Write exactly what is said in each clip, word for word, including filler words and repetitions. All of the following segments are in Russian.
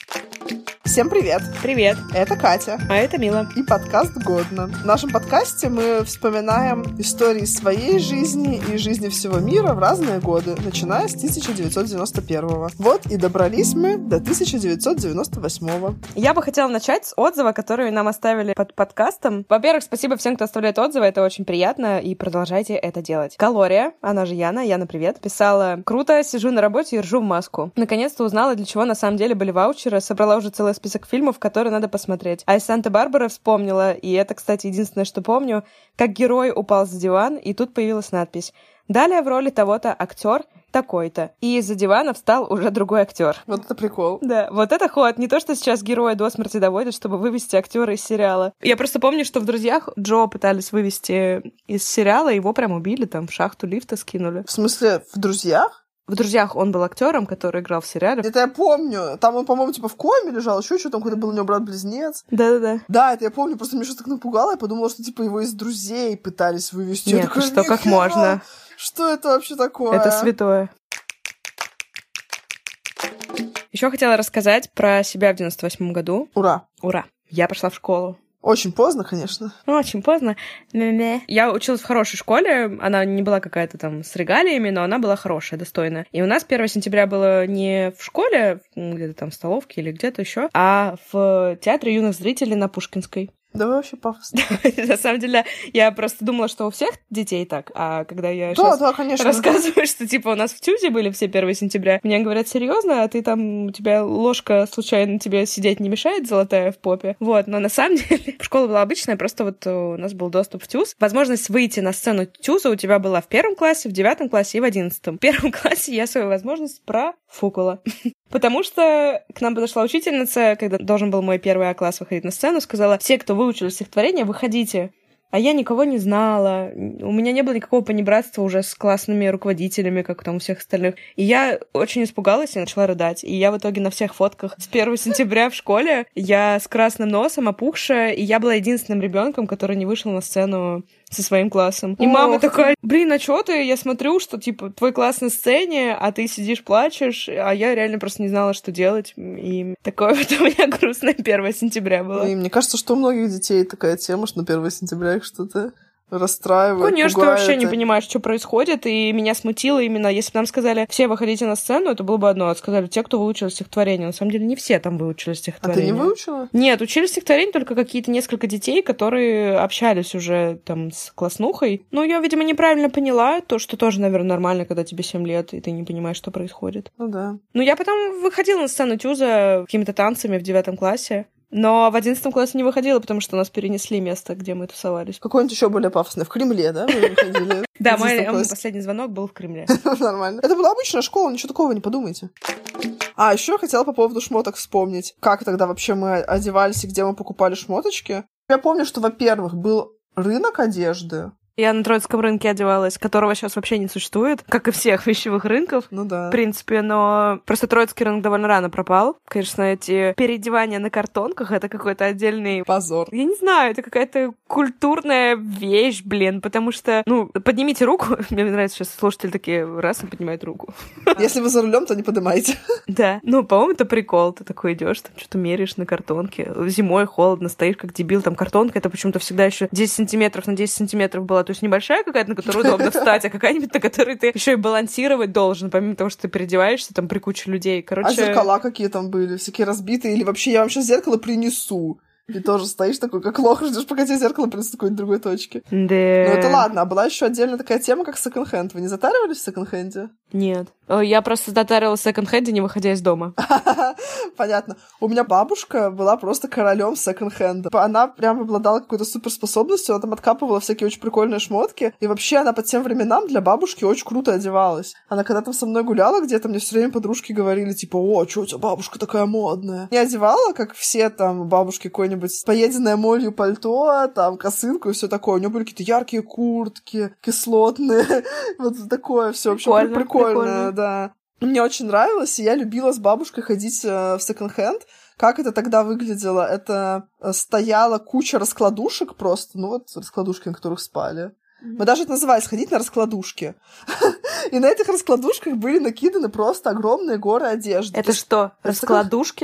Всем привет! Привет! Это Катя. А это Мила. И подкаст «Годно». В нашем подкасте мы вспоминаем истории своей жизни и жизни всего мира в разные годы, начиная с тысяча девятьсот девяносто первого. Вот и добрались мы до тысяча девятьсот девяносто восьмого. Я бы хотела начать с отзыва, который нам оставили под подкастом. Во-первых, спасибо всем, кто оставляет отзывы, это очень приятно, и продолжайте это делать. Калория, она же Яна, Яна, привет, писала: «Круто, сижу на работе и ржу в маску. Наконец-то узнала, для чего на самом деле были ваучеры, собрала уже целый список фильмов, которые надо посмотреть. А из Санта-Барбары вспомнила, и это, кстати, единственное, что помню, как герой упал за диван, и тут появилась надпись: далее в роли того-то актер такой-то. И из-за дивана встал уже другой актер». Вот это прикол. Да, вот это ход. Не то, что сейчас героя до смерти доводят, чтобы вывести актера из сериала. Я просто помню, что в «Друзьях» Джо пытались вывести из сериала, его прям убили, там в шахту лифта скинули. В смысле, в «Друзьях»? В «Друзьях» он был актером, который играл в сериале. Это я помню. Там он, по-моему, типа в коме лежал, еще что там, когда был у него брат-близнец. Да-да-да. Да, это я помню, просто меня что-то так напугало, я подумала, что типа его из «Друзей» пытались вывести. Нет, такая, что, как можно? Что это вообще такое? Это святое. Еще хотела рассказать про себя в девяносто восьмом году. Ура! Ура! Я пошла в школу. Очень поздно, конечно. Очень поздно. Мя-мя. Я училась в хорошей школе. Она не была какая-то там с регалиями, но она была хорошая, достойная. И у нас первое сентября было не в школе, где-то там в столовке или где-то еще, а в Театре юных зрителей на Пушкинской. Да вы вообще пафосно. На самом деле, я просто думала, что у всех детей так, а когда я Да, сейчас да, конечно. рассказываю, что типа у нас в ТЮЗе были все первое сентября, мне говорят: серьезно, а ты там, у тебя ложка случайно тебе сидеть не мешает, золотая в попе? Вот, но на самом деле школа была обычная, просто вот у нас был доступ в ТЮЗ. Возможность выйти на сцену ТЮЗа у тебя была в первом классе, в девятом классе и в одиннадцатом. В первом классе я свою возможность профукала. Потому что к нам подошла учительница, когда должен был мой первый А-класс выходить на сцену, сказала: все, кто выучили стихотворение, выходите. А я никого не знала, у меня не было никакого понебратства уже с классными руководителями, как там у всех остальных. И я очень испугалась и начала рыдать. И я в итоге на всех фотках с первого сентября в школе, я с красным носом, опухшая, и я была единственным ребенком, который не вышел на сцену со своим классом. И Ох. мама такая: блин, а чё ты? Я смотрю, что, типа, твой класс на сцене, а ты сидишь, плачешь, а я реально просто не знала, что делать. И такое вот у меня грустное первое сентября было. И мне кажется, что у многих детей такая тема, что на первое сентября их что-то расстраивает, Конечно, пугает. ты вообще не понимаешь, что происходит, и меня смутило именно, если бы нам сказали: все выходите на сцену, это было бы одно, а сказали: те, кто выучил стихотворение. На самом деле не все там выучили стихотворение. А ты не выучила? Нет, учили стихотворение только какие-то несколько детей, которые общались уже там с класснухой. Ну, я, видимо, неправильно поняла то, что тоже, наверное, нормально, когда тебе семь лет, и ты не понимаешь, что происходит. Ну да. Ну, я потом выходила на сцену ТЮЗа какими-то танцами в девятом классе. Но в одиннадцатом классе не выходила, потому что нас перенесли место, где мы тусовались. Какое-нибудь еще более пафосное. В Кремле, да, вы выходили? Да, мой последний звонок был в Кремле. Нормально. Это была обычная школа, ничего такого, не подумайте. А, еще хотела по поводу шмоток вспомнить. Как тогда вообще мы одевались и где мы покупали шмоточки. Я помню, что, во-первых, был рынок одежды. Я на Троицком рынке одевалась, которого сейчас вообще не существует, как и всех вещевых рынков. Ну да. В принципе, но просто Троицкий рынок довольно рано пропал. Конечно, эти переодевания на картонках — это какой-то отдельный позор. Я не знаю, это какая-то культурная вещь, блин, потому что, ну, поднимите руку. Мне нравится сейчас слушатели такие раз и поднимают руку. Если вы за рулем, то не поднимайте. Да. Ну, по-моему, это прикол. Ты такой идешь, там что-то меряешь на картонке. Зимой холодно, стоишь как дебил. Там картонка — это почему-то всегда еще десять сантиметров на десять сантиметров была. То есть небольшая какая-то, на которую удобно встать, а какая-нибудь, на которой ты еще и балансировать должен, помимо того, что ты переодеваешься там при куче людей. Короче... А зеркала какие там были? Всякие разбитые? Или вообще я вам сейчас зеркало принесу? И тоже стоишь такой, как лох, ждешь, пока тебе зеркало принесут с какой-нибудь другой точки. Да. Ну это ладно, а была еще отдельно такая тема, как секонд-хенд. Вы не затаривались в секонд-хенде? Нет. Я просто затарилась в секонд-хенде, не выходя из дома. Понятно. У меня бабушка была просто королем секонд-хенда. Она прям обладала какой-то суперспособностью, она там откапывала всякие очень прикольные шмотки. И вообще она по тем временам для бабушки очень круто одевалась. Она когда там со мной гуляла где-то, мне все время подружки говорили, типа: о, чё у тебя бабушка такая модная? Не одевала, как все там бабушки, какой-нибудь поеденное молью пальто, там косынку и все такое. У нее были какие-то яркие куртки, кислотные. Вот такое все вообще прикольно, прикольно, да. Мне очень нравилось, и я любила с бабушкой ходить в секонд-хенд. Как это тогда выглядело? Это стояла куча раскладушек просто, ну вот раскладушки, на которых спали. Мы даже это называли «сходить на раскладушки». И на этих раскладушках были накиданы просто огромные горы одежды. Это что, раскладушкинг?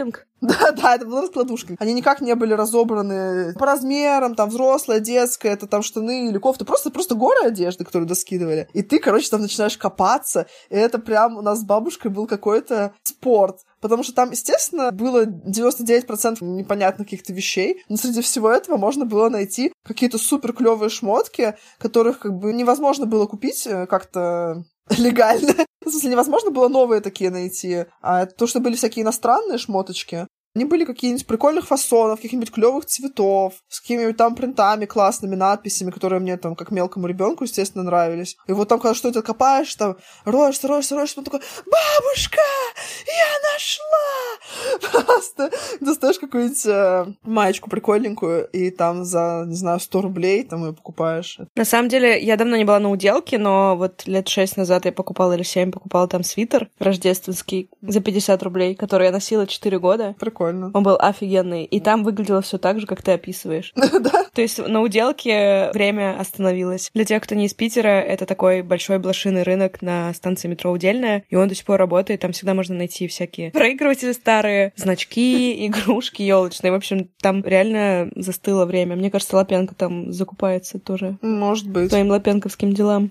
Да-да, это была раскладушка. Они никак не были разобраны по размерам, там, взрослая, детская, это там штаны или кофты. Просто, просто горы одежды, которые доскидывали. И ты, короче, там начинаешь копаться. И это прям у нас с бабушкой был какой-то спорт. Потому что там, естественно, было девяносто девять процентов непонятных каких-то вещей, но среди всего этого можно было найти какие-то супер клевые шмотки, которых как бы невозможно было купить как-то легально. В смысле, невозможно было новые такие найти. А то, что были всякие иностранные шмоточки, они были какие-нибудь прикольных фасонов, каких-нибудь клевых цветов, с какими-нибудь там принтами классными, надписями, которые мне там, как мелкому ребенку, естественно, нравились. И вот там, когда что-то копаешь, там, роешься, роешься, роешься, он такой: «Бабушка, я нашла!» Просто достаешь какую-нибудь э, маечку прикольненькую, и там за, не знаю, сто рублей там ее покупаешь. На самом деле, я давно не была на уделке, но вот лет шесть назад я покупала, или семь, покупала там свитер рождественский за пятьдесят рублей, который я носила четыре года. Прикольно. Он был офигенный. И там выглядело все так же, как ты описываешь. Да. То есть на уделке время остановилось. Для тех, кто не из Питера, это такой большой блошиный рынок на станции метро Удельная, и он до сих пор работает. Там всегда можно найти всякие проигрыватели старые, значки, игрушки елочные. В общем, там реально застыло время. Мне кажется, Лапенко там закупается тоже. Может быть. Твоим лапенковским делам.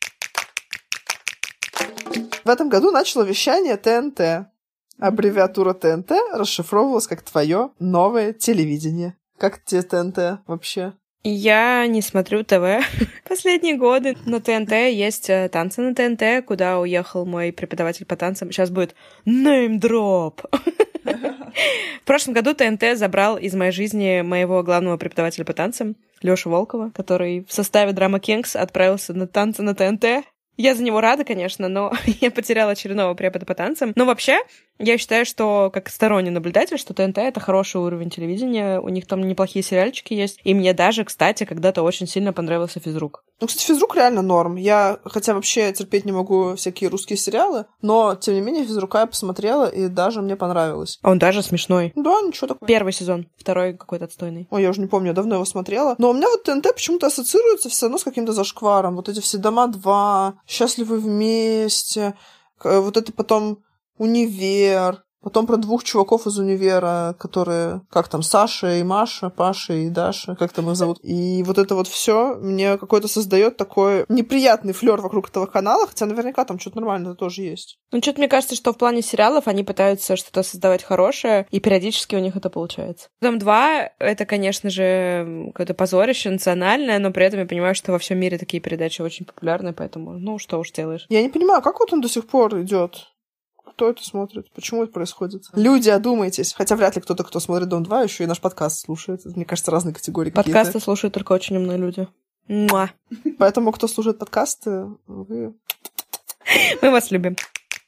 В этом году начало вещание ТНТ. Аббревиатура ТНТ расшифровывалась как «Твое новое телевидение». Как тебе ТНТ вообще? Я не смотрю ТВ последние годы. На ТНТ есть танцы на ТНТ, куда уехал мой преподаватель по танцам. Сейчас будет неймдроп. В прошлом году ТНТ забрал из моей жизни моего главного преподавателя по танцам, Лёшу Волкова, который в составе Drama Kings отправился на танцы на ТНТ. Я за него рада, конечно, но я потеряла очередного препода по танцам. Но вообще, я считаю, что как сторонний наблюдатель, что ТНТ — это хороший уровень телевидения, у них там неплохие сериальчики есть. И мне даже, кстати, когда-то очень сильно понравился «Физрук». Ну, кстати, «Физрук» реально норм. Я, хотя вообще терпеть не могу всякие русские сериалы, но, тем не менее, «Физрука» я посмотрела, и даже мне понравилось. Он даже смешной. Да, ничего такого. Первый сезон, второй какой-то отстойный. Ой, я уже не помню, я давно его смотрела. Но у меня вот ТНТ почему-то ассоциируется все равно с каким-то зашкваром. Вот эти все «Дома два», «Счастливы вместе», вот это потом «Универ». Потом про двух чуваков из универа, которые, как там, Саша и Маша, Паша и Даша, как там их зовут. И вот это вот все мне какой-то создает такой неприятный флер вокруг этого канала, хотя наверняка там что-то нормальное тоже есть. Ну, что-то мне кажется, что в плане сериалов они пытаются что-то создавать хорошее, и периодически у них это получается. Дом два — это, конечно же, какое-то позорище национальное, но при этом я понимаю, что во всем мире такие передачи очень популярны, поэтому, ну, что уж делаешь. Я не понимаю, как вот он до сих пор идет? Кто это смотрит? Почему это происходит? Люди, одумайтесь. Хотя вряд ли кто-то, кто смотрит «Дом два», еще и наш подкаст слушает. Мне кажется, разные категории Подкасты какие-то. Подкасты слушают только очень умные люди. Муа. Поэтому, кто слушает подкасты, вы... Мы вас любим.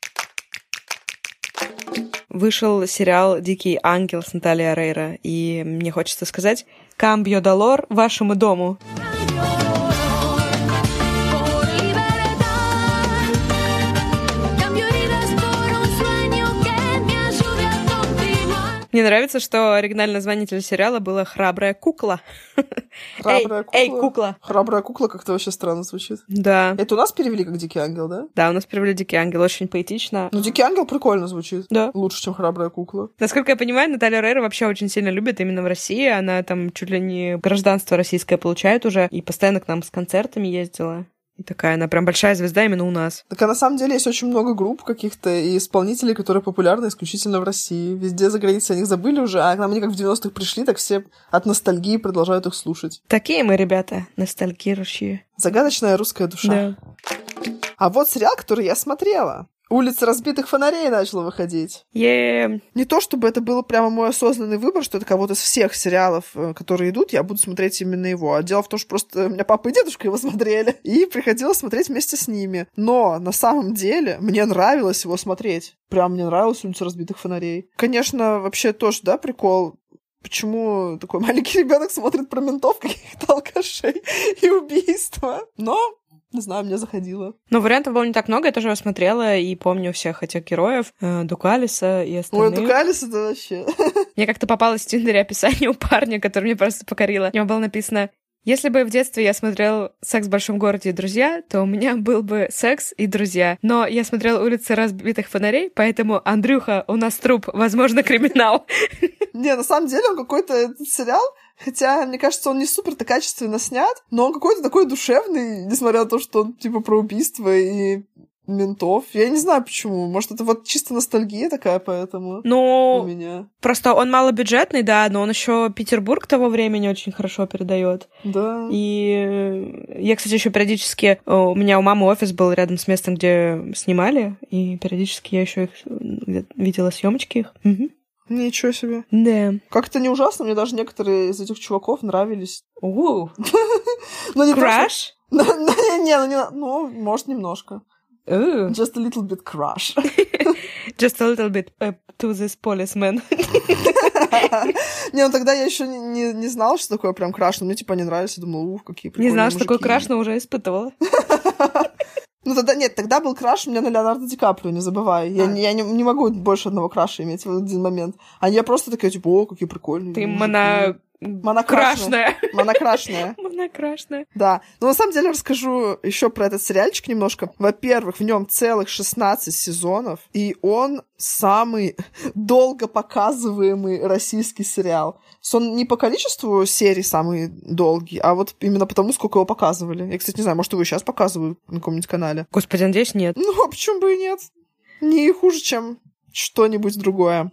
Вышел сериал «Дикий ангел» с Натальей Орейро, и мне хочется сказать «Камбьо долор вашему дому». Мне нравится, что оригинальное название телесериала было «Храбрая кукла». Храбрая эй, кукла? Эй, кукла! Храбрая кукла как-то вообще странно звучит. Да. Это у нас перевели как «Дикий ангел», да? Да, у нас перевели «Дикий ангел», очень поэтично. Ну, «Дикий ангел» прикольно звучит. Да. Лучше, чем «Храбрая кукла». Насколько я понимаю, Наталья Орейро вообще очень сильно любит именно в России. Она там чуть ли не гражданство российское получает уже, и постоянно к нам с концертами ездила. И такая, она прям большая звезда именно у нас. Так а на самом деле есть очень много групп каких-то и исполнителей, которые популярны исключительно в России. Везде за границей о них забыли уже, а к нам они как в девяностых пришли, так все от ностальгии продолжают их слушать. Такие мы, ребята, ностальгирующие. Загадочная русская душа. Да. А вот сериал, который я смотрела. «Улица разбитых фонарей» начала выходить. Yeah. Не то, чтобы это был прямо мой осознанный выбор, что это кого-то из всех сериалов, которые идут, я буду смотреть именно его. А дело в том, что просто у меня папа и дедушка его смотрели, и приходилось смотреть вместе с ними. Но на самом деле мне нравилось его смотреть. Прям мне нравилась «Улица разбитых фонарей». Конечно, вообще тоже, да, прикол. Почему такой маленький ребенок смотрит про ментов, каких-то алкашей и убийства? Но... Не знаю, мне заходило. Ну, вариантов было не так много, я тоже его смотрела и помню всех этих героев, э, Дукалиса и остальных. Ой, Дукалис — это вообще... Мне как-то попалось в Тиндере описание у парня, который мне просто покорило. У него было написано Если бы в детстве я смотрел «Секс в большом городе» и «Друзья», то у меня был бы «Секс» и «Друзья». Но я смотрел «Улицы разбитых фонарей», поэтому, Андрюха, у нас труп, возможно, криминал. Не, на самом деле он какой-то этот сериал, хотя, мне кажется, он не супер-то качественно снят, но он какой-то такой душевный, несмотря на то, что он типа про убийство и ментов. Я не знаю почему. Может, это вот чисто ностальгия такая, поэтому ну, у меня. Просто он малобюджетный, да, но он еще Петербург того времени очень хорошо передает. Да. И я, кстати, еще периодически... У меня у мамы офис был рядом с местом, где снимали, и периодически я еще их видела съемочки их. Угу. Ничего себе. Да. Как это не ужасно, мне даже некоторые из этих чуваков нравились. Уу. Краш? Не, ну, может, немножко. Ooh. Just a little bit crush. Just a little bit uh, to this policeman. Не, ну тогда я еще не, не, не знала, что такое прям краш, но мне типа не нравились, я думала, ух, какие прикольные Не знала, мужики. что такое краш, но уже испытывала. Ну тогда нет, тогда был краш у меня на Леонардо Ди Каприо, не забывай. Я, я не, не могу больше одного краша иметь в один момент. А я просто такая, типа, о, какие прикольные Ты мужики. моно... Монокрашная. Монокрашная. Монокрашная. Да. Но на самом деле расскажу еще про этот сериальчик немножко. Во-первых, в нем целых шестнадцать сезонов, и он самый долго показываемый российский сериал. Он не по количеству серий самый долгий, а вот именно потому, сколько его показывали. Я, кстати, не знаю, может, его сейчас показывают на каком-нибудь канале. Господи, надеюсь, нет. Ну, а почему бы и нет? Не хуже, чем что-нибудь другое.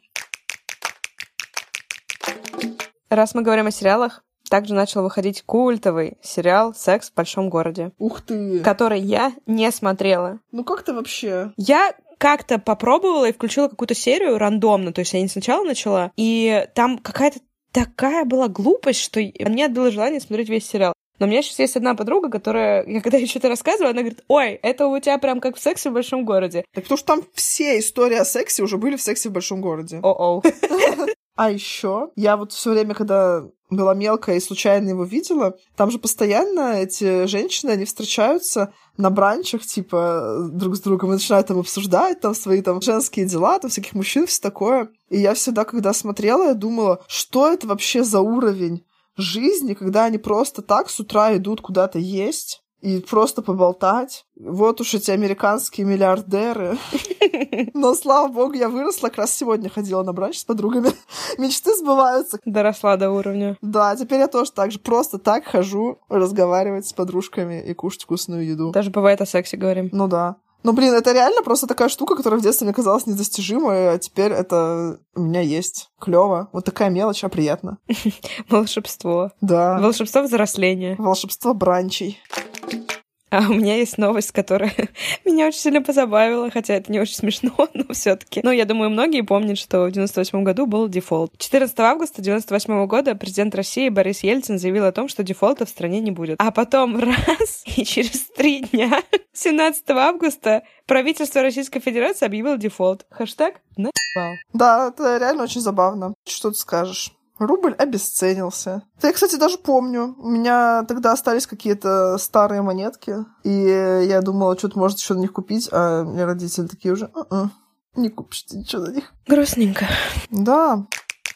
Раз мы говорим о сериалах, также начал выходить культовый сериал «Секс в большом городе». Ух ты! Который я не смотрела. Ну как ты вообще? Я как-то попробовала и включила какую-то серию рандомно, то есть я не сначала начала, и там какая-то такая была глупость, что мне отбило желание смотреть весь сериал. Но у меня сейчас есть одна подруга, которая, я когда ей что-то рассказываю, она говорит, ой, это у тебя прям как в «Сексе в большом городе». Так потому что там все истории о сексе уже были в «Сексе в большом городе». О-оу. А еще я вот все время, когда была мелкая и случайно его видела, там же постоянно эти женщины, они встречаются на бранчах, типа, друг с другом, и начинают там обсуждать там свои там женские дела, там всяких мужчин, все такое. И я всегда, когда смотрела, я думала, что это вообще за уровень жизни, когда они просто так с утра идут куда-то есть и просто поболтать. Вот уж эти американские миллиардеры. Но, слава богу, я выросла, как раз сегодня ходила на бранч с подругами. Мечты сбываются. Доросла до уровня. Да, теперь я тоже так же просто так хожу разговаривать с подружками и кушать вкусную еду. Даже бывает о сексе говорим. Ну да. Ну, блин, это реально просто такая штука, которая в детстве мне казалась недостижимой, а теперь это у меня есть. Клево. Вот такая мелочь, а приятно. Волшебство. Да. Волшебство взросления. Волшебство бранчей. А у меня есть новость, которая меня очень сильно позабавила, хотя это не очень смешно, но все-таки. Ну, я думаю, многие помнят, что в девяносто восьмом году был дефолт. четырнадцатого августа девяносто восьмого года президент России Борис Ельцин заявил о том, что дефолта в стране не будет. А потом раз, и через три дня, семнадцатого августа, правительство Российской Федерации объявило дефолт. Хэштег «наебал». Да, это реально очень забавно. Что ты скажешь? Рубль обесценился. Я, кстати, даже помню. У меня тогда остались какие-то старые монетки, и я думала, что-то может еще на них купить, а мне родители такие уже, а-а, не купишь ты ничего на них. Грустненько. Да.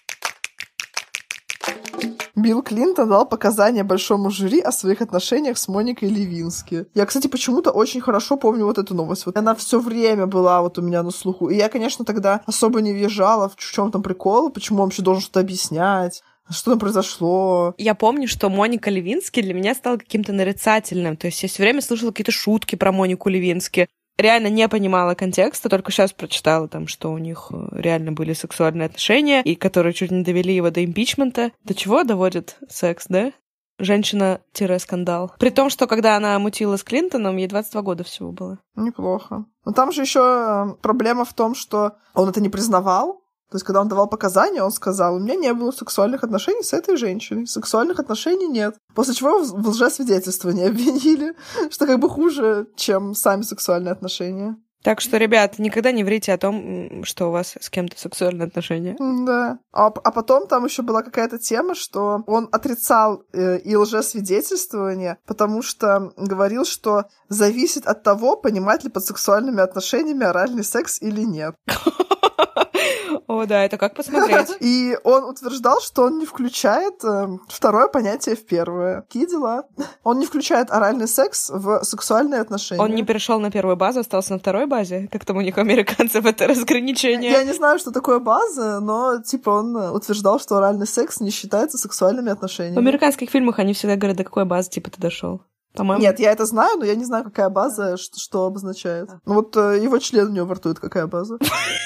Билл Клинтон дал показания большому жюри о своих отношениях с Моникой Левински. Я, кстати, почему-то очень хорошо помню вот эту новость. Вот она все время была вот у меня на слуху. И я, конечно, тогда особо не въезжала, в чем там прикол, почему он вообще должен что-то объяснять. Что там произошло? Я помню, что Моника Левински для меня стала каким-то нарицательным. То есть я все время слышала какие-то шутки про Монику Левински. Реально не понимала контекста, только сейчас прочитала там, что у них реально были сексуальные отношения, и которые чуть не довели его до импичмента. До чего доводит секс, да? Женщина-скандал. При том, что когда она мутила с Клинтоном, ей двадцать два года всего было. Неплохо. Но там же еще проблема в том, что он это не признавал. То есть, когда он давал показания, он сказал, у меня не было сексуальных отношений с этой женщиной. Сексуальных отношений нет. После чего в лжесвидетельствовании обвинили, что как бы хуже, чем сами сексуальные отношения. Так что, ребят, никогда не врите о том, что у вас с кем-то сексуальные отношения. Да. А, а потом там еще была какая-то тема, что он отрицал э, и лжесвидетельствование, потому что говорил, что зависит от того, понимать ли под сексуальными отношениями оральный секс или нет. О, О, да, это как посмотреть. И он утверждал, что он не включает э, второе понятие в первое. Какие дела? Он не включает оральный секс в сексуальные отношения. Он не перешел на первую базу, остался на второй базе? Как там у них у американцев это разграничение? Я не знаю, что такое база, но, типа, он утверждал, что оральный секс не считается сексуальными отношениями. В американских фильмах они всегда говорят, до какой базы, типа, ты дошел. По-моему... Нет, я это знаю, но я не знаю, какая база, что, что обозначает. Ну вот э, его член у него во рту, это какая база?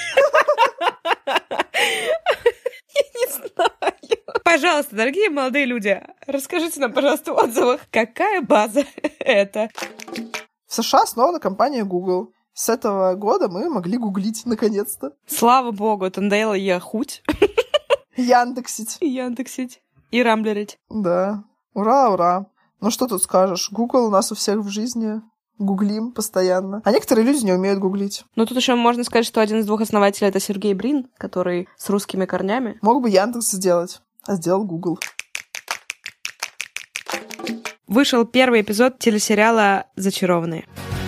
Я не знаю. Пожалуйста, дорогие молодые люди, расскажите нам, пожалуйста, в отзывах, какая база это? В США основана компания Google. С этого года мы могли гуглить, наконец-то. Слава богу, это надоело яхуть. Яндексить. Яндексить. И рамблерить. Да. Ура, ура. Ну что тут скажешь? Google у нас у всех в жизни. Гуглим постоянно. А некоторые люди не умеют гуглить. Ну, тут еще можно сказать, что один из двух основателей — это Сергей Брин, который с русскими корнями. Мог бы Яндекс сделать, а сделал Google. Вышел первый эпизод телесериала «Зачарованные».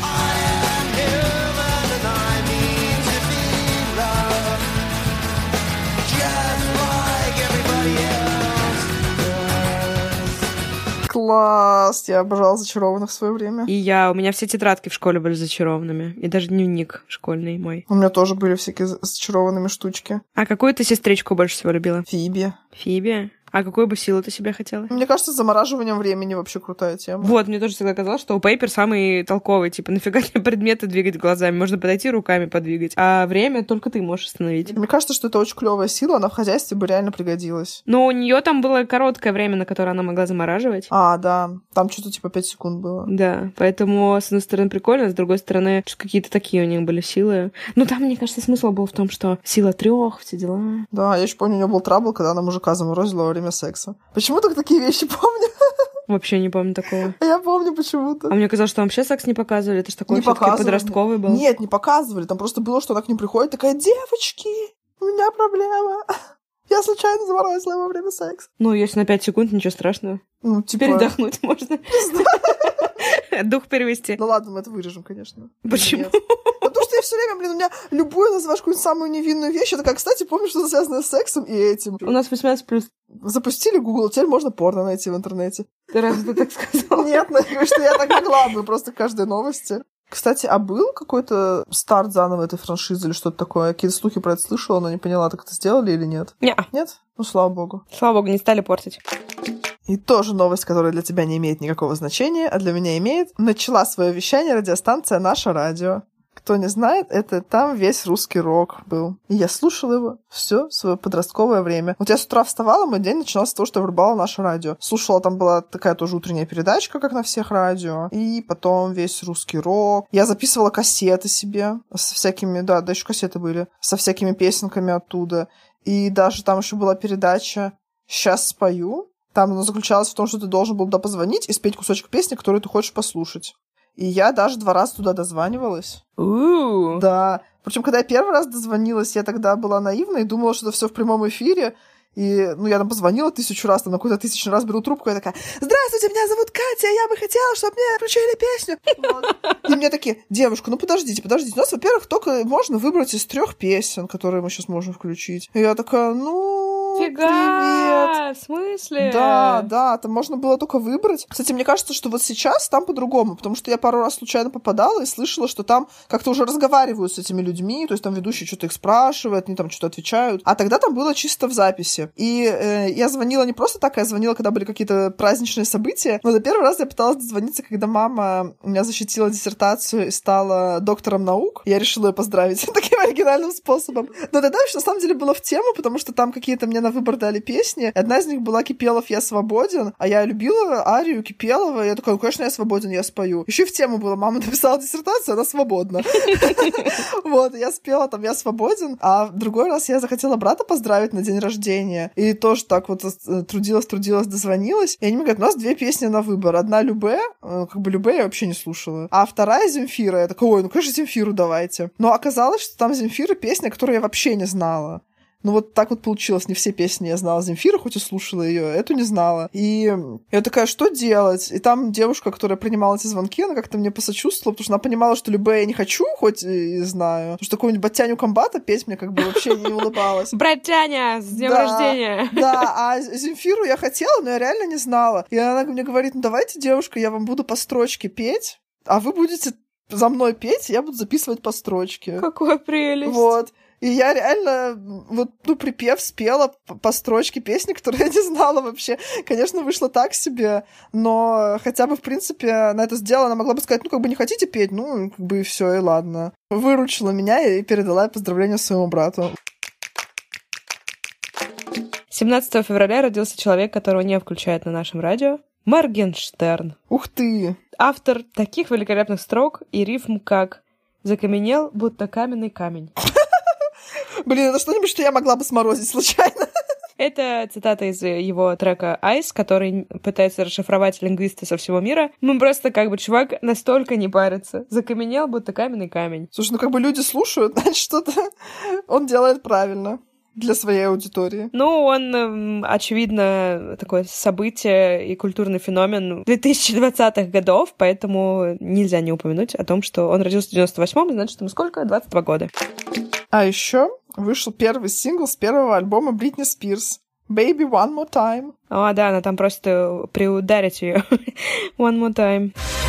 Класс! Я обожала «Зачарованных» в свое время. И я, у меня все тетрадки в школе были зачарованными. И даже дневник школьный мой. У меня тоже были всякие зачарованными штучки. А какую ты сестричку больше всего любила? Фиби. Фиби? А какую бы силу ты себе хотела? Мне кажется, с замораживанием времени вообще крутая тема. Вот, мне тоже всегда казалось, что у Пейпер самый толковый. Типа, нафига мне предметы двигать глазами? Можно подойти руками подвигать. А время только ты можешь остановить. Мне кажется, что это очень клевая сила, она в хозяйстве бы реально пригодилась. Но у нее там было короткое время, на которое она могла замораживать. А, да. Там что-то типа пять секунд было. Да, поэтому, с одной стороны, прикольно, с другой стороны, что какие-то такие у них были силы. Ну, там, мне кажется, смысл был в том, что сила трех, все дела. Да, я еще помню, у нее был трабл, когда она мужика заморозила во время секса. Почему так такие вещи помню? Вообще не помню такого. Я помню почему-то. А мне казалось, что вообще секс не показывали. Это ж такой не всё-таки подростковый был. Нет, не показывали. Там просто было, что она к ним приходит, такая: девочки, у меня проблема. Я случайно заморозила его во время секса. Ну, если на пять секунд, ничего страшного. Ну, типа... Передохнуть можно. Дух перевести. Ну ладно, мы это вырежем, конечно. Почему? Нет. Потому что я все время, блин, у меня любую называешь какую-нибудь самую невинную вещь. Это как, кстати, помню, что-то связанное с сексом и этим. У нас восемнадцать плюс. Запустили Google, теперь можно порно найти в интернете. Ты разве ты так сказала? Нет, ну, что я так могла бы, просто к каждой новости. Кстати, а был какой-то старт заново этой франшизы или что-то такое? Какие-то слухи про это слышала, но не поняла, так это сделали или нет? Нет. Нет? Ну, слава богу. Слава богу, не стали портить. И тоже новость, которая для тебя не имеет никакого значения, а для меня имеет. Начала свое вещание радиостанция «Наше радио». Кто не знает, это там весь русский рок был. И я слушала его все свое подростковое время. Вот я с утра вставала, мой день начинался с того, что я врубала «Наше радио». Слушала, там была такая тоже утренняя передачка, как на всех радио. И потом весь русский рок. Я записывала кассеты себе со всякими... Да, да, еще кассеты были. Со всякими песенками оттуда. И даже там еще была передача «Сейчас спою». Там она заключалась в том, что ты должен был туда позвонить и спеть кусочек песни, которую ты хочешь послушать. И я даже два раза туда дозванивалась. У-у-у. Да. Причем, когда я первый раз дозвонилась, я тогда была наивна и думала, что это все в прямом эфире. И, ну, я там позвонила тысячу раз, там на какой-то тысячный раз беру трубку, и я такая: здравствуйте, меня зовут Катя, я бы хотела, чтобы мне включили песню. Вот. И мне такие: девушка, ну подождите, подождите. У нас, во-первых, только можно выбрать из трех песен, которые мы сейчас можем включить. И я такая: ну, Фига, привет. В смысле? Да, да, там можно было только выбрать. Кстати, мне кажется, что вот сейчас там по-другому, потому что я пару раз случайно попадала и слышала, что там как-то уже разговаривают с этими людьми, то есть там ведущий что-то их спрашивает, они там что-то отвечают. А тогда там было чисто в записи. И э, я звонила не просто так, а я звонила, когда были какие-то праздничные события. Но за первый раз я пыталась дозвониться, когда мама у меня защитила диссертацию и стала доктором наук. Я решила ее поздравить таким оригинальным способом. Но тогда вообще на самом деле было в тему, потому что там какие-то мне на выбор дали песни. Одна из них была Кипелов «Я свободен», а я любила арию Кипелова, и я такая: ну, конечно, я свободен, я спою. Еще и в тему было: мама написала диссертацию, она свободна. Вот, я спела там «Я свободен», а в другой раз я захотела брата поздравить на день рождения. И тоже так вот трудилась, трудилась, дозвонилась. И они мне говорят: у нас две песни на выбор. Одна Любэ, как бы Любэ я вообще не слушала. А вторая Земфира. Я такая: ой, ну, конечно, Земфиру давайте. Но оказалось, что там Земфира песня, которую я вообще не знала. Ну вот так вот получилось, не все песни я знала. Земфира, хоть и слушала ее, эту не знала. И я такая, что делать? И там девушка, которая принимала эти звонки, она как-то мне посочувствовала, потому что она понимала, что любые я не хочу, хоть и знаю. Потому что какую-нибудь Батяню Комбата петь мне как бы вообще не улыбалась. Братяня, с днем рождения! Да, а Земфиру я хотела, но я реально не знала. И она мне говорит, ну давайте, девушка, я вам буду по строчке петь, а вы будете за мной петь, и я буду записывать по строчке. Какая прелесть! Вот. И я реально, вот, ну, припев спела по строчке песни, которую я не знала вообще. Конечно, вышло так себе, но хотя бы, в принципе, она это сделала. Она могла бы сказать, ну, как бы не хотите петь? Ну, как бы и все, и ладно. Выручила меня и передала поздравления своему брату. семнадцатого февраля родился человек, которого не включают на нашем радио. Моргенштерн. Ух ты! Автор таких великолепных строк и рифм, как «Закаменел, будто каменный камень». Блин, это что-нибудь, что я могла бы сморозить случайно. Это цитата из его трека «Ice», который пытается расшифровать лингвисты со всего мира. Ну, просто как бы чувак настолько не парится. Закаменел, будто каменный камень. Слушай, ну как бы люди слушают, значит, что-то он делает правильно для своей аудитории. Ну, он, очевидно, такое событие и культурный феномен две тысячи двадцатых годов, поэтому нельзя не упомянуть о том, что он родился в девяносто восьмом, значит, ему сколько? двадцать два года. А еще вышел первый сингл с первого альбома Бритни Спирс «Baby One More Time». О, да, она там просто приударить ее. One More Time.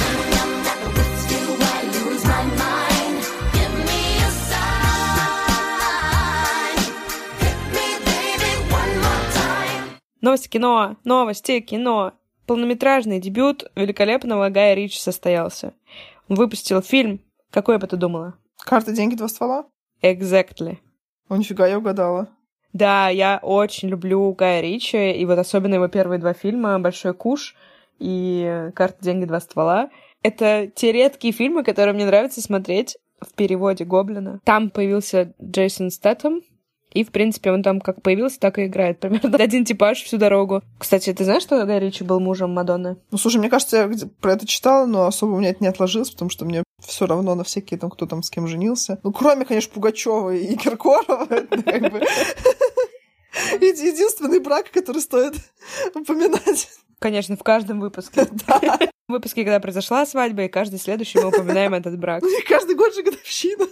Новости кино, новости кино. Полнометражный дебют великолепного Гая Ричи состоялся. Он выпустил фильм. Какой бы ты думала? «Карты, деньги, два ствола»? Exactly. О, нифига, я угадала. Да, я очень люблю Гая Ричи, и вот особенно его первые два фильма «Большой куш» и «Карты, деньги, два ствола». Это те редкие фильмы, которые мне нравится смотреть в переводе Гоблина. Там появился Джейсон Стэтэм, и, в принципе, он там как появился, так и играет. Примерно один типаж всю дорогу. Кстати, ты знаешь, что Гай Ричи был мужем Мадонны? Ну, слушай, мне кажется, я про это читала, но особо у меня это не отложилось, потому что мне все равно на всякие там, кто там с кем женился. Ну, кроме, конечно, Пугачёва и Киркорова. Это как бы единственный брак, который стоит упоминать. Конечно, в каждом выпуске. Да. В выпуске, когда произошла свадьба, и каждый следующий мы упоминаем этот брак. И каждый год же годовщина.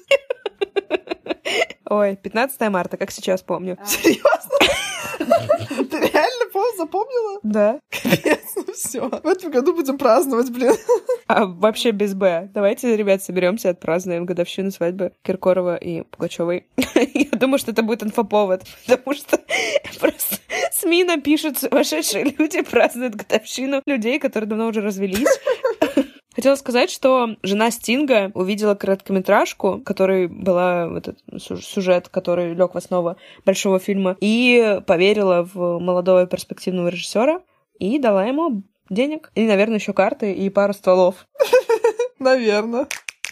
Ой, пятнадцатого марта, как сейчас помню. Серьезно? Ты реально запомнила? Да. Капец, ну все. В этом году будем праздновать, блин. А вообще без «Б». Давайте, ребят, соберемся, отпразднуем годовщину свадьбы Киркорова и Пугачёвой. Я думаю, что это будет инфоповод, потому что просто СМИ напишут, сумасшедшие люди празднуют годовщину людей, которые давно уже развелись. Хотела сказать, что жена Стинга увидела короткометражку, в которой была вот этот сюжет, который лег в основу большого фильма, и поверила в молодого перспективного режиссера и дала ему денег. И, наверное, еще карты и пару стволов. Наверное.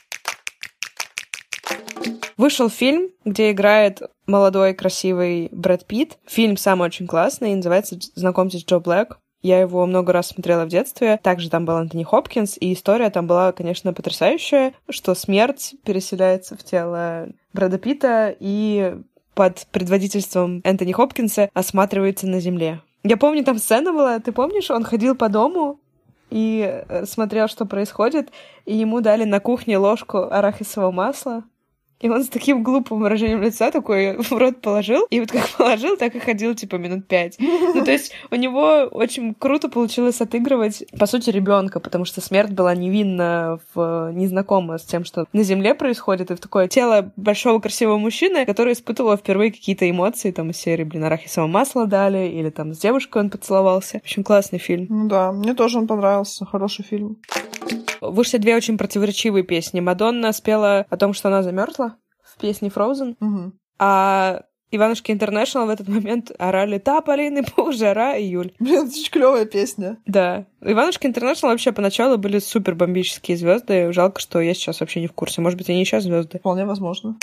Вышел фильм, где играет молодой красивый Брэд Питт. Фильм самый очень классный, называется «Знакомьтесь, Джо Блэк». Я его много раз смотрела в детстве. Также там был Энтони Хопкинс, и история там была, конечно, потрясающая, что смерть переселяется в тело Брэда Питта и под предводительством Энтони Хопкинса осматривается на земле. Я помню, там сцена была, ты помнишь, он ходил по дому и смотрел, что происходит, и ему дали на кухне ложку арахисового масла. И он с таким глупым выражением лица такой в рот положил, и вот как положил, так и ходил, типа, минут пять. Ну, то есть у него очень круто получилось отыгрывать, по сути, ребенка, потому что смерть была невинна, в... незнакома с тем, что на земле происходит, и в такое тело большого красивого мужчины, который испытывал впервые какие-то эмоции, там, из серии, блин, арахисового масла дали, или там с девушкой он поцеловался. В общем, классный фильм. Ну да, мне тоже он понравился, хороший фильм. Вышли две очень противоречивые песни. Мадонна спела о том, что она замерзла в песне Frozen, Угу. а Иванушки Интернешнл в этот момент орали «Та, Полины, пух, жара, июль». Блин, это очень клевая песня. Да. Иванушки Интернешнл вообще поначалу были супер бомбические звезды. Жалко, что я сейчас вообще не в курсе. Может быть, они и сейчас звезды. Вполне возможно.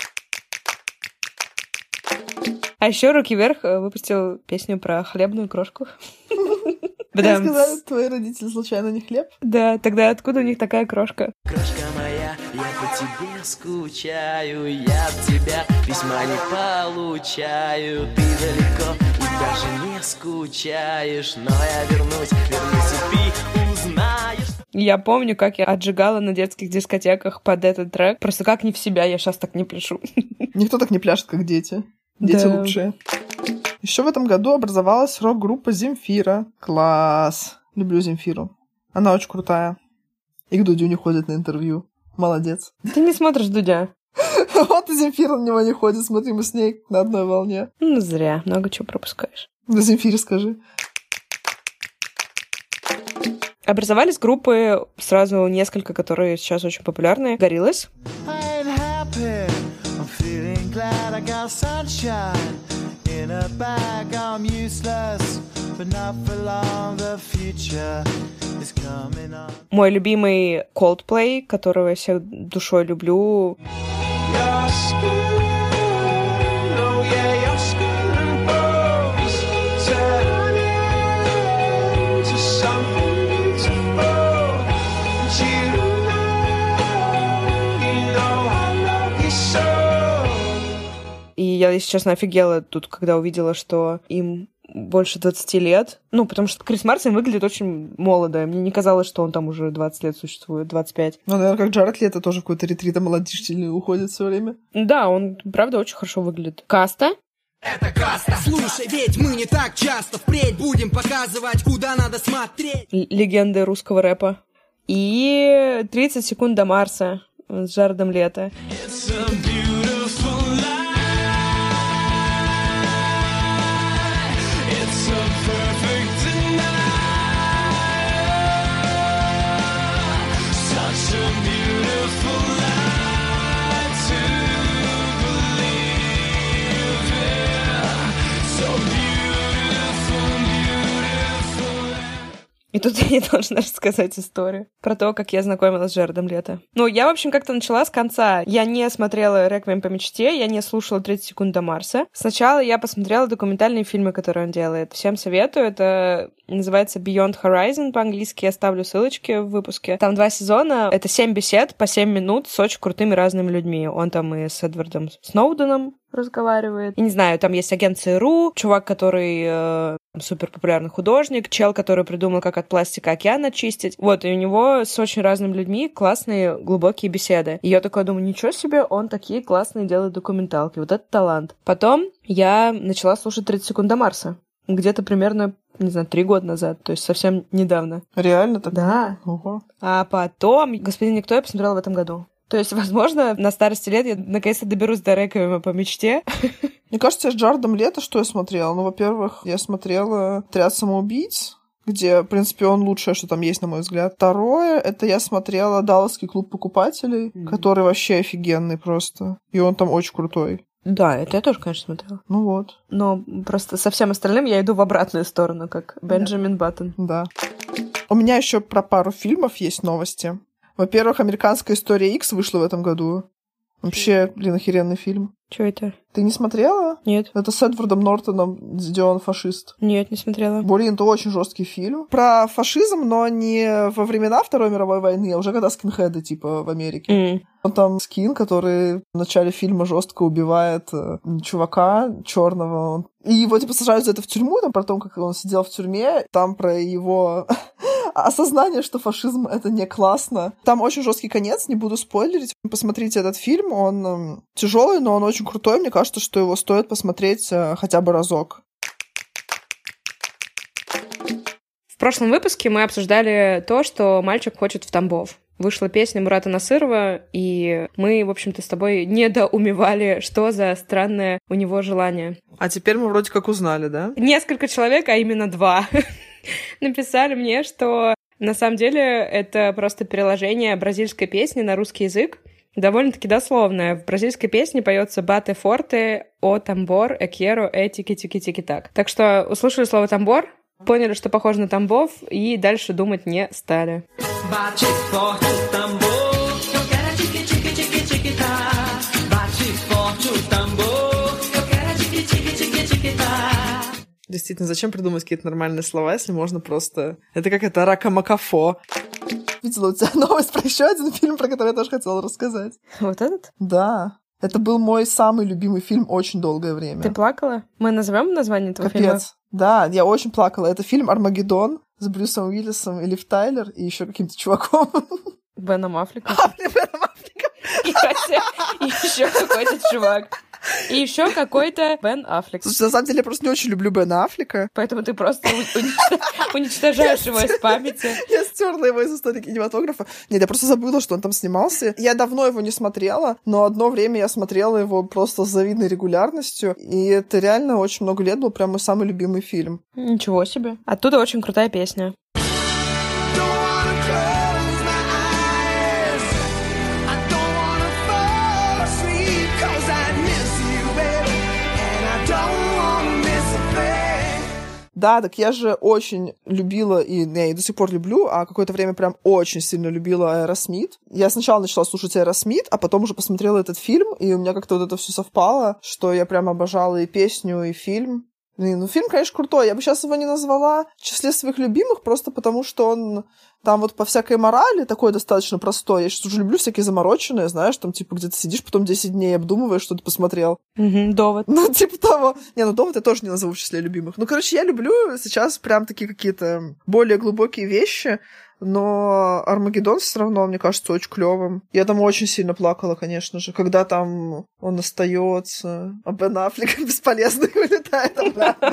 А еще «Руки вверх» выпустил песню про хлебную крошку. Я сказала, твои родители случайно не хлеб? Да, тогда откуда у них такая крошка? Крошка моя, Я по тебе скучаю, я от тебя письма не получаю. Ты далеко и даже не скучаешь, но я вернусь, вернусь и ты узнаешь. Я помню, как я отжигала на детских дискотеках под этот трек. Просто как не в себя, я сейчас так не пляшу. Никто так не пляшет, как дети. Дети Да. лучшие. Еще в этом году образовалась рок-группа Земфира. Класс. Люблю Земфиру. Она очень крутая. И к Дудю не ходит на интервью. Молодец. Ты не смотришь Дудя? Вот и Земфира на него не ходит. Смотри, мы с ней на одной волне. Ну, зря. Много чего пропускаешь. На Земфире скажи. Образовались группы, сразу несколько, которые сейчас очень популярны. Gorillaz. Мой любимый Coldplay, которого я всей душой люблю. И я, если честно, офигела тут, когда увидела, что им больше двадцати лет. Ну, потому что Крис Мартин выглядит очень молодо. Мне не казалось, что он там уже двадцать лет существует, двадцать пять. Ну, наверное, как Джаред Лето тоже в какой-то ретрит молодежный уходит все время. Да, он, правда, очень хорошо выглядит. Каста. Это Каста. Слушай, ведь мы не так часто впредь будем показывать, куда надо смотреть. Л- легенды русского рэпа. И тридцать секунд до Марса с Джаредом Лето. И тут я должна рассказать историю про то, как я знакомилась с Джаредом Лето. Ну, я, в общем, как-то начала с конца. Я не смотрела «Реквием по мечте», я не слушала тридцать секунд до Марса. Сначала я посмотрела документальные фильмы, которые он делает. Всем советую. Это называется Beyond Horizon по-английски. Я ставлю ссылочки в выпуске. Там два сезона. Это семь бесед по семь минут с очень крутыми разными людьми. Он там и с Эдвардом Сноуденом разговаривает. И не знаю, там есть агент ЦРУ, чувак, который э, супер популярный художник, чел, который придумал, как от пластика океан очистить. Вот, и у него с очень разными людьми классные глубокие беседы. И я такая думаю, ничего себе, он такие классные делает документалки. Вот это талант. Потом я начала слушать тридцать секунд до Марса. Где-то примерно, не знаю, три года назад, то есть совсем недавно. Реально так? Да. Ого. А потом «Господин Никто» я посмотрела в этом году. То есть, возможно, на старости лет я наконец-то доберусь до «Реквиема по мечте». Мне кажется, с Джаредом Лето что я смотрела? Ну, во-первых, я смотрела «Отряд самоубийц», где, в принципе, он лучшее, что там есть, на мой взгляд. Второе, это я смотрела «Далласский клуб покупателей», mm-hmm. который вообще офигенный просто. И он там очень крутой. Да, это я тоже, конечно, смотрела. Ну вот. Но просто со всем остальным я иду в обратную сторону, как Бенджамин Баттон. Да. У меня еще про пару фильмов есть новости. Во-первых, «Американская история Икс» вышла в этом году. Вообще, блин, охеренный фильм. Чё это? Ты не смотрела? Нет. Это с Эдвардом Нортоном, где он фашист. Нет, не смотрела. Блин, это очень жесткий фильм. Про фашизм, но не во времена Второй мировой войны, а уже когда скинхеды, типа, в Америке. Mm. Он там скин, который в начале фильма жестко убивает э, чувака черного. И его, типа, сажают за это в тюрьму, там, про то, как он сидел в тюрьме. Там про его осознание, что фашизм — это не классно. Там очень жесткий конец, не буду спойлерить. Посмотрите этот фильм, он э, тяжелый, но он очень крутой. Мне кажется, что его стоит посмотреть э, хотя бы разок. В прошлом выпуске мы обсуждали то, что мальчик хочет в Тамбов. Вышла песня Мурата Насырова, и мы, в общем-то, с тобой недоумевали, что за странное у него желание. А теперь мы вроде как узнали, да? Несколько человек, а именно два, написали мне, что на самом деле это просто переложение бразильской песни на русский язык, довольно-таки дословное. В бразильской песне поется «Бате форте, о тамбор, э кьеро, э тики-тики-тики-так». Так что услышали слово «тамбор», поняли, что похоже на Тамбов, и дальше думать не стали. Действительно, зачем придумать какие-то нормальные слова, если можно просто... Это как это ракамакафо. видела у тебя новость про еще один фильм, про который я тоже хотела рассказать. Вот этот? Да. Это был мой самый любимый фильм очень долгое время. Ты плакала? Мы назовем название этого фильма? Капец. Да, я очень плакала. Это фильм «Армагеддон» с Брюсом Уиллисом и Лив Тайлер и еще каким-то чуваком. Беном Аффлеком. А, блин, Беном Аффлеком. И еще какой-то чувак. И еще какой-то Бен Аффлек. Слушай, на самом деле я просто не очень люблю Бена Аффлека. Поэтому ты просто уничтожаешь его из памяти. Я стерла его из истории кинематографа. Нет, я просто забыла, что он там снимался. Я давно его не смотрела, но одно время я смотрела его просто с завидной регулярностью. И это реально очень много лет был прям мой самый любимый фильм. Ничего себе. Оттуда очень крутая песня. Да, так я же очень любила, и я и до сих пор люблю, а какое-то время прям очень сильно любила Аэросмит. Я сначала начала слушать Аэросмит, а потом уже посмотрела этот фильм, и у меня как-то вот это все совпало, что я прям обожала и песню, и фильм. Блин, ну фильм, конечно, крутой. Я бы сейчас его не назвала в числе своих любимых, просто потому что он там вот по всякой морали такой достаточно простой. Я сейчас уже люблю всякие замороченные, знаешь, там типа где ты сидишь, потом десять дней обдумываешь, что ты посмотрел. Угу, «Довод». Ну, типа того. Не, ну «Довод» я тоже не назову в числе любимых. Ну, короче, я люблю сейчас прям такие какие-то более глубокие вещи, но «Армагеддон» все равно, мне кажется, очень клёвым. Я там очень сильно плакала, конечно же, когда там он остается, а Бен Аффлек бесполезно вылетает обратно.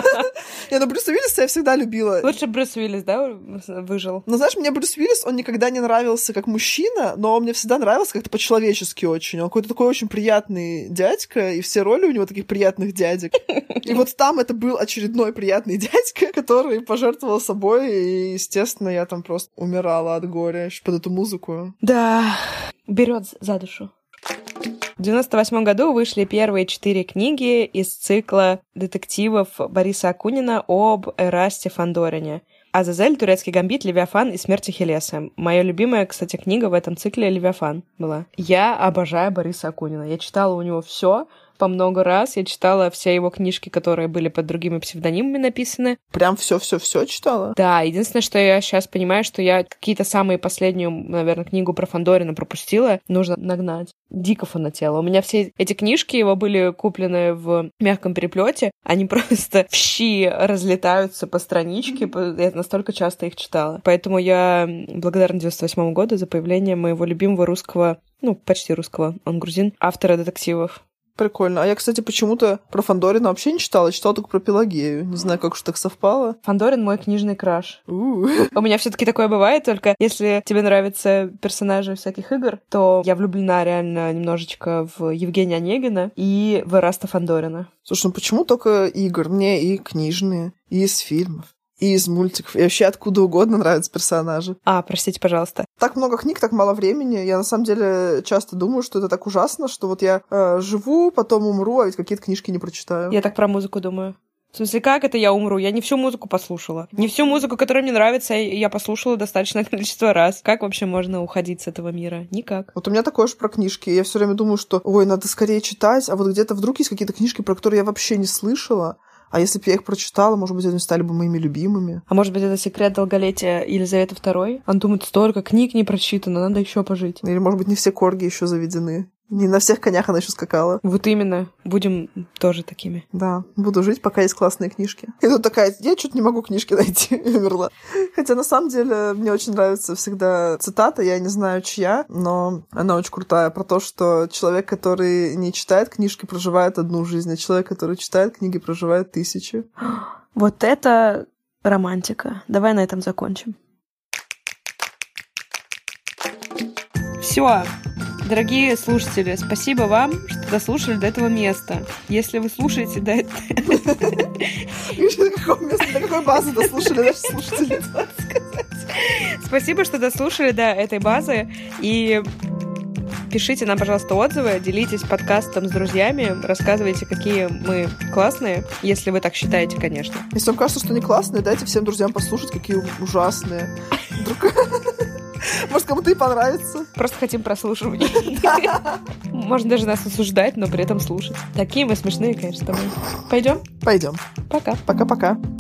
Я, ну, Брюса Уиллиса я всегда любила. Лучше Брюс Уиллис, да, выжил? Ну, знаешь, мне Брюс Уиллис, он никогда не нравился как мужчина, но он мне всегда нравился как-то по-человечески очень. Он какой-то такой очень приятный дядька, и все роли у него таких приятных дядек. И вот там это был очередной приятный дядька, который пожертвовал собой, и, естественно, я там просто умирала от горя под эту музыку. Да, берет за душу. В девяносто восьмом году вышли первые четыре книги из цикла детективов Бориса Акунина об Эрасте Фандорине. «Азазель», «Турецкий гамбит», «Левиафан» и «Смерть Ахиллеса». Моя любимая, кстати, книга в этом цикле «Левиафан» была. Я обожаю Бориса Акунина. Я читала у него все по много раз. Я читала все его книжки, которые были под другими псевдонимами написаны. Прям все-все-все читала? Да, единственное, что я сейчас понимаю, что я какие-то самые последнюю, наверное, книгу про Фандорина пропустила. Нужно нагнать. Дико фанатела. У меня все эти книжки его были куплены в мягком переплете. Они просто в щи разлетаются по страничке. Я настолько часто их читала. Поэтому я благодарна девяносто восьмому году за появление моего любимого русского, ну, почти русского, он грузин, автора детективов. Прикольно. А я, кстати, почему-то про Фандорина вообще не читала, читала только про Пелагею. Не знаю, как уж так совпало. Фандорин мой книжный краш. У-у-у. У меня все-таки такое бывает, только если тебе нравятся персонажи всяких игр, то я влюблена реально немножечко в Евгения Онегина и в Эраста Фандорина. Слушай, ну почему только игр? Мне и книжные, и из фильмов, и из мультиков, и вообще откуда угодно нравятся персонажи. А, простите, пожалуйста. Так много книг, так мало времени. Я на самом деле часто думаю, что это так ужасно, что вот я э, живу, потом умру, а ведь какие-то книжки не прочитаю. Я так про музыку думаю. В смысле, как это я умру? Я не всю музыку послушала. Не всю музыку, которая мне нравится, я послушала достаточное количество раз. Как вообще можно уходить с этого мира? Никак. Вот у меня такое же про книжки. Я все время думаю, что, ой, надо скорее читать, а вот где-то вдруг есть какие-то книжки, про которые я вообще не слышала. А если бы я их прочитала, может быть, они стали бы моими любимыми. А может быть, это секрет долголетия Елизаветы второй? Он думает, столько книг не прочитано, надо еще пожить. Или, может быть, не все корги еще заведены. Не на всех конях она еще скакала. Вот именно. Будем тоже такими. Да, буду жить, пока есть классные книжки. И тут такая, я что-то не могу книжки найти, и умерла. Хотя, на самом деле, мне очень нравится всегда цитата, я не знаю, чья, но она очень крутая, про то, что человек, который не читает книжки, проживает одну жизнь, а человек, который читает книги, проживает тысячи. Вот это романтика. Давай на этом закончим. Все. Дорогие слушатели, спасибо вам, что дослушали до этого места. Если вы слушаете до этого... До какого места, до какой базы дослушали наши слушатели? Спасибо, что дослушали до этой базы. И пишите нам, пожалуйста, отзывы, делитесь подкастом с друзьями, рассказывайте, какие мы классные, если вы так считаете, конечно. Если вам кажется, что они классные, дайте всем друзьям послушать, какие ужасные. Вдруг... Может, кому-то и понравится. Просто хотим прослушивания. Можно даже нас осуждать, но при этом слушать. Такие мы смешные, конечно, с тобой. Пойдем? Пойдем. Пока. Пока-пока.